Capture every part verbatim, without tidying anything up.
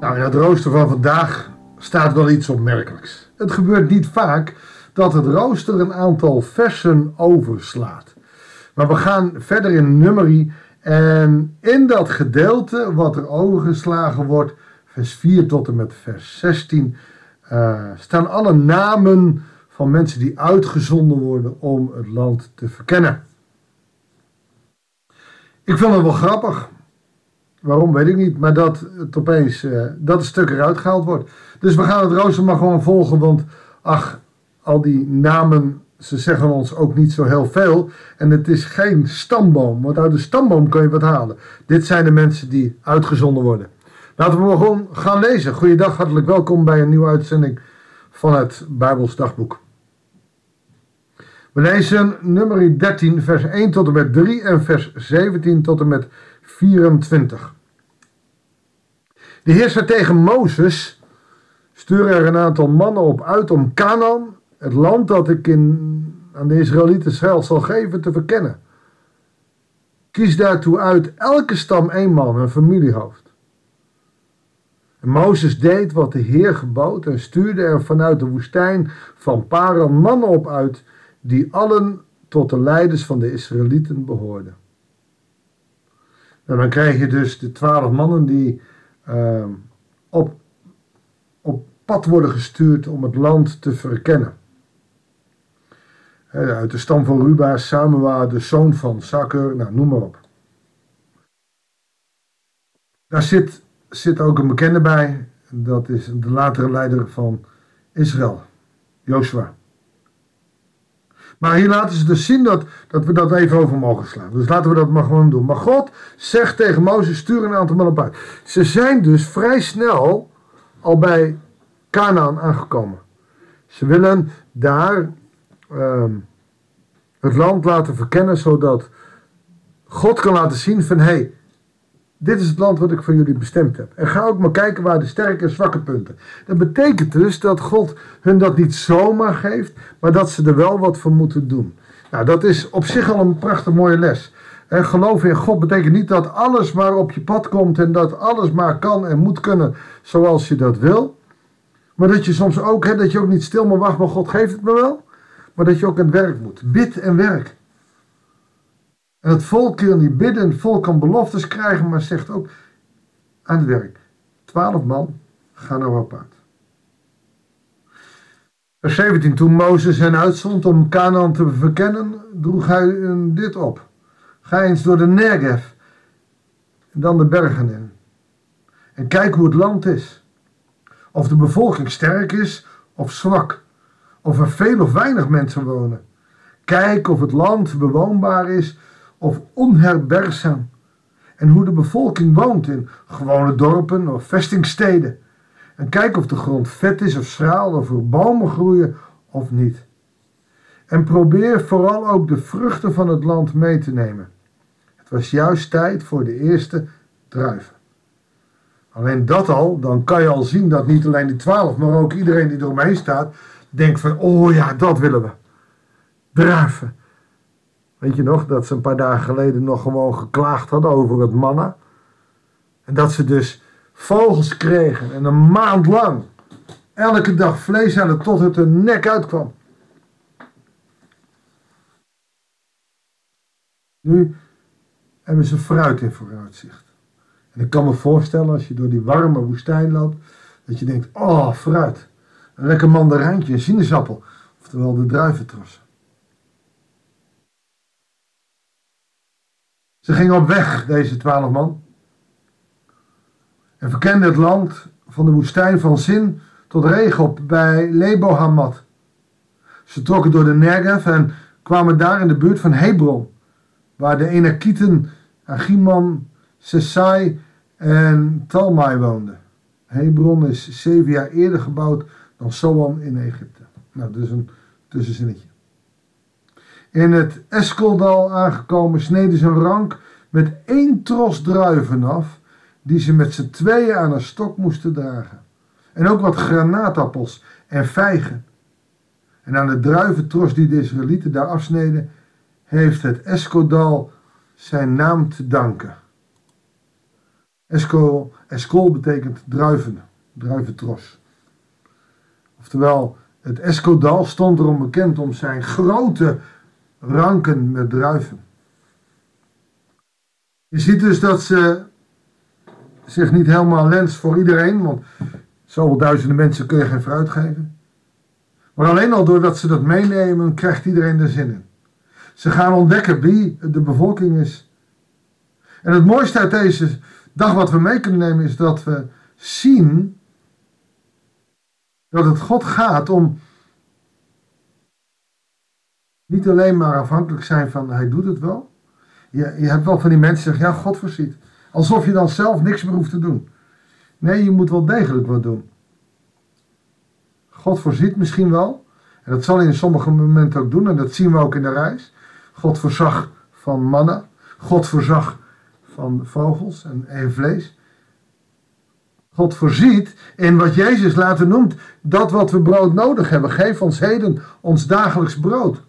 Nou, in het rooster van vandaag staat wel iets opmerkelijks. Het gebeurt niet vaak dat het rooster een aantal versen overslaat. Maar we gaan verder in Numeri en in dat gedeelte wat er overgeslagen wordt, vers vier tot en met vers zestien, uh, staan alle namen van mensen die uitgezonden worden om het land te verkennen. Ik vind het wel grappig. Waarom, weet ik niet. Maar dat het opeens, uh, dat het stuk eruit gehaald wordt. Dus we gaan het rooster maar gewoon volgen. Want ach, al die namen, ze zeggen ons ook niet zo heel veel. En het is geen stamboom. Want uit de stamboom kun je wat halen. Dit zijn de mensen die uitgezonden worden. Laten we maar gewoon gaan lezen. Goeiedag, hartelijk welkom bij een nieuwe uitzending van het Bijbels Dagboek. We lezen Numeri dertien, vers één tot en met drie en vers zeventien tot en met vierentwintig. De Heer zei tegen Mozes: stuur er een aantal mannen op uit om Kanaan, het land dat ik in, aan de Israëlieten Israël zal geven, te verkennen. Kies daartoe uit elke stam één man, een familiehoofd. En Mozes deed wat de Heer gebood en stuurde er vanuit de woestijn van Paran mannen op uit, die allen tot de leiders van de Israëlieten behoorden. En dan krijg je dus de twaalf mannen die uh, op, op pad worden gestuurd om het land te verkennen. He, uit de stam van Ruba, Samua, de zoon van Zakur, nou noem maar op. Daar zit, zit ook een bekende bij, dat is de latere leider van Israël, Jozua. Maar hier laten ze dus zien dat, dat we dat even over mogen slaan. Dus laten we dat maar gewoon doen. Maar God zegt tegen Mozes: stuur een aantal mannen op uit. Ze zijn dus vrij snel al bij Kanaan aangekomen. Ze willen daar uh, het land laten verkennen, zodat God kan laten zien van: hé, hey, dit is het land wat ik voor jullie bestemd heb. En ga ook maar kijken waar de sterke en zwakke punten. Dat betekent dus dat God hun dat niet zomaar geeft, maar dat ze er wel wat voor moeten doen. Nou, dat is op zich al een prachtig mooie les. En geloven in God betekent niet dat alles maar op je pad komt en dat alles maar kan en moet kunnen zoals je dat wil. Maar dat je soms ook, hè, dat je ook niet stil maar wacht, maar God geeft het me wel. Maar dat je ook aan het werk moet. Bid en werk. En het volk kan niet bidden, het volk kan beloftes krijgen, maar zegt ook aan het werk. Twaalf man, ga nou op uit. Vers zeventien, toen Mozes hen uitzond om Kanaan te verkennen, droeg hij hun dit op. Ga eens door de Negev en dan de bergen in. En kijk hoe het land is. Of de bevolking sterk is of zwak. Of er veel of weinig mensen wonen. Kijk of het land bewoonbaar is of onherbergzaam. En hoe de bevolking woont in gewone dorpen of vestingsteden. En kijk of de grond vet is of schraal, of er bomen groeien of niet. En probeer vooral ook de vruchten van het land mee te nemen. Het was juist tijd voor de eerste druiven. Alleen dat al, dan kan je al zien dat niet alleen die twaalf, maar ook iedereen die eromheen staat, denkt van: oh ja, dat willen we. Druiven. Weet je nog, dat ze een paar dagen geleden nog gewoon geklaagd hadden over het manna. En dat ze dus vogels kregen en een maand lang elke dag vlees hadden tot het hun nek uitkwam. Nu hebben ze fruit in vooruitzicht. En ik kan me voorstellen, als je door die warme woestijn loopt, dat je denkt: oh, fruit. Een lekker mandarijntje, een sinaasappel. Oftewel de druiventrossen. Ze gingen op weg, deze twaalf man. En verkenden het land van de woestijn van Zin tot Regob bij Lebo Hamat. Ze trokken door de Negev en kwamen daar in de buurt van Hebron, waar de Enakieten, Achiman, Sesai en Talmai woonden. Hebron is zeven jaar eerder gebouwd dan Zoan in Egypte. Nou, dus een tussenzinnetje. In het Eskoldal aangekomen sneden ze een rank met één tros druiven af, die ze met z'n tweeën aan een stok moesten dragen. En ook wat granaatappels en vijgen. En aan de druiventros die de Israëlieten daar afsneden, heeft het Eskoldal zijn naam te danken. Eskol, eskol betekent druiven, druiventros. Oftewel, het Eskodal stond erom bekend om zijn grote ranken met druiven. Je ziet dus dat ze zich niet helemaal lens voor iedereen, want zoveel duizenden mensen kun je geen fruit geven. Maar alleen al doordat ze dat meenemen, krijgt iedereen er zin in. Ze gaan ontdekken wie de bevolking is. En het mooiste uit deze dag wat we mee kunnen nemen is dat we zien dat het God gaat om niet alleen maar afhankelijk zijn van hij doet het wel. Je, je hebt wel van die mensen die zeggen ja, God voorziet. Alsof je dan zelf niks meer hoeft te doen. Nee, je moet wel degelijk wat doen. God voorziet misschien wel. En dat zal hij in sommige momenten ook doen. En dat zien we ook in de reis. God voorzag van manna. God voorzag van vogels en, en vlees. God voorziet in wat Jezus later noemt. Dat wat we brood nodig hebben. Geef ons heden ons dagelijks brood.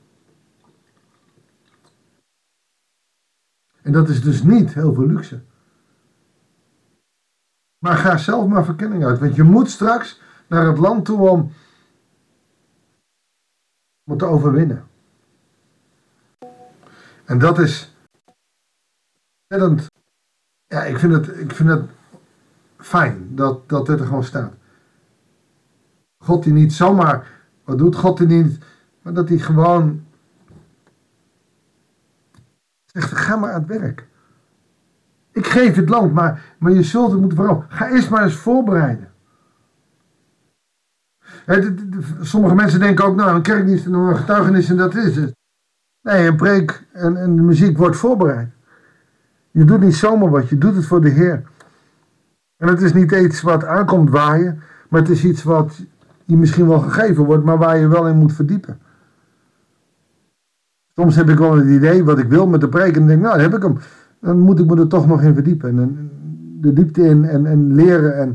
En dat is dus niet heel veel luxe. Maar ga zelf maar verkenning uit. Want je moet straks naar het land toe om, om te overwinnen. En dat is ontzettend. Ja, ik vind het, ik vind het fijn dat, dat dit er gewoon staat. God die niet zomaar wat doet, God die niet, maar dat hij gewoon zegt, ga maar aan het werk. Ik geef het land, maar, maar je zult het moeten veranderen. Ga eerst maar eens voorbereiden. He, de, de, de, sommige mensen denken ook, nou, een kerkdienst en een getuigenis en dat is het. Nee, een preek en, en de muziek wordt voorbereid. Je doet niet zomaar wat, je doet het voor de Heer. En het is niet iets wat aankomt waaien, maar het is iets wat je misschien wel gegeven wordt, maar waar je wel in moet verdiepen. Soms heb ik wel het idee wat ik wil met de preek en dan denk ik, nou, dan heb ik hem. Dan moet ik me er toch nog in verdiepen. En de diepte in en, en leren. En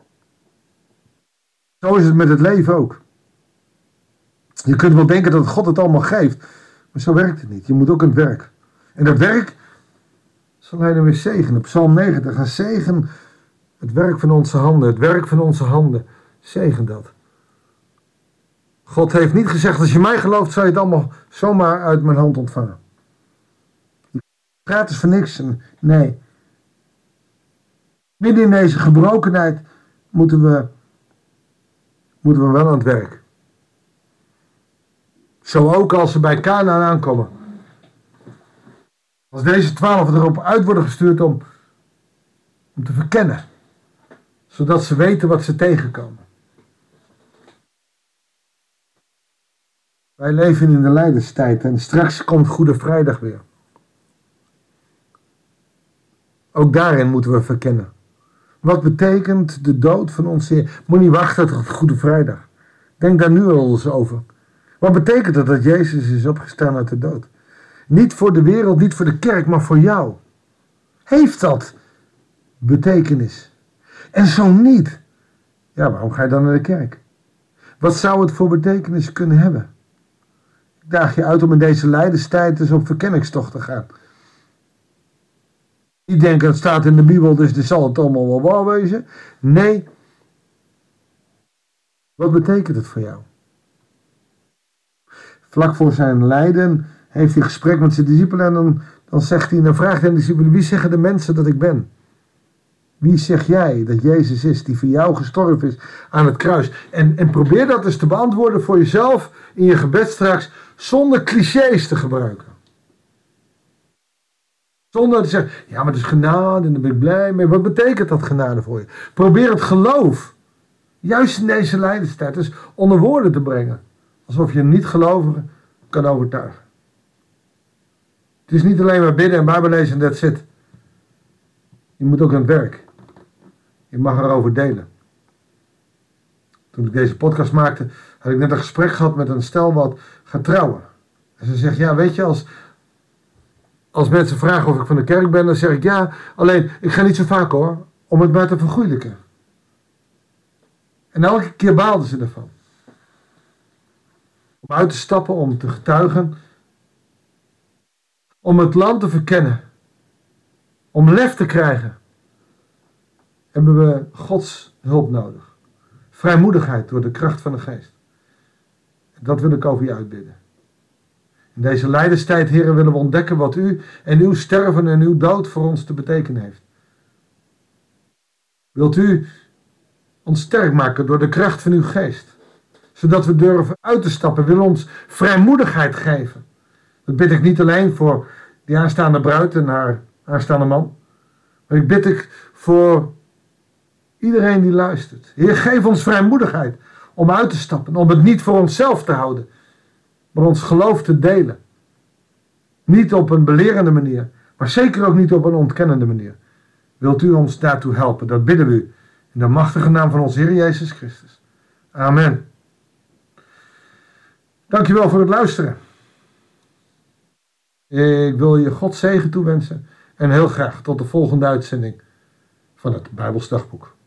zo is het met het leven ook. Je kunt wel denken dat God het allemaal geeft. Maar zo werkt het niet. Je moet ook aan het werk. En dat werk zal hij dan weer zegenen. Psalm negentig. En zegen het werk van onze handen. Het werk van onze handen. Zegen dat. God heeft niet gezegd, als je mij gelooft, zal je het allemaal zomaar uit mijn hand ontvangen. Gratis voor niks. Nee. Midden in deze gebrokenheid moeten we, moeten we wel aan het werk. Zo ook als ze bij Kanaan aankomen. Als deze twaalf erop uit worden gestuurd om, om te verkennen. Zodat ze weten wat ze tegenkomen. Wij leven in de lijdenstijd en straks komt Goede Vrijdag weer. Ook daarin moeten we verkennen. Wat betekent de dood van onze Heer? Moet niet wachten tot Goede Vrijdag. Denk daar nu al eens over. Wat betekent het dat Jezus is opgestaan uit de dood? Niet voor de wereld, niet voor de kerk, maar voor jou. Heeft dat betekenis? En zo niet. Ja, waarom ga je dan naar de kerk? Wat zou het voor betekenis kunnen hebben? Ik daag je uit om in deze lijdenstijd eens op verkenningstocht te gaan. Niet denken, het staat in de Bijbel, dus er zal het allemaal wel waar wezen. Nee. Wat betekent het voor jou? Vlak voor zijn lijden heeft hij gesprek met zijn discipelen en dan, dan zegt hij, dan vraagt hij aan de discipelen, wie zeggen de mensen dat ik ben? Wie zeg jij dat Jezus is die voor jou gestorven is aan het kruis? En, en probeer dat eens te beantwoorden voor jezelf in je gebed straks, zonder clichés te gebruiken. Zonder te zeggen, ja, maar het is genade en daar ben ik blij mee. Wat betekent dat genade voor je? Probeer het geloof, juist in deze lijdenstijd, dus onder woorden te brengen. Alsof je een niet-gelovige kan overtuigen. Het is niet alleen maar bidden en Bijbel lezen en that's it. Je moet ook aan het werk. Je mag erover delen. Toen ik deze podcast maakte, had ik net een gesprek gehad met een stel wat gaat trouwen. En ze zegt, ja, weet je, als... Als mensen vragen of ik van de kerk ben, dan zeg ik ja, alleen ik ga niet zo vaak hoor, om het maar te vergoeilijken. En elke keer baalden ze ervan. Om uit te stappen, om te getuigen, om het land te verkennen, om lef te krijgen, hebben we Gods hulp nodig. Vrijmoedigheid door de kracht van de geest. Dat wil ik over u uitbidden. In deze lijdenstijd, Heere, willen we ontdekken wat u en uw sterven en uw dood voor ons te betekenen heeft. Wilt u ons sterk maken door de kracht van uw geest, zodat we durven uit te stappen, wil ons vrijmoedigheid geven. Dat bid ik niet alleen voor die aanstaande bruid en haar aanstaande man, maar ik bid ik voor iedereen die luistert. Heer, geef ons vrijmoedigheid om uit te stappen, om het niet voor onszelf te houden, maar ons geloof te delen. Niet op een belerende manier, maar zeker ook niet op een ontkennende manier. Wilt u ons daartoe helpen? Dat bidden we u in de machtige naam van onze Heer Jezus Christus. Amen. Dankjewel voor het luisteren. Ik wil je God zegen toewensen en heel graag tot de volgende uitzending van het Bijbels Dagboek.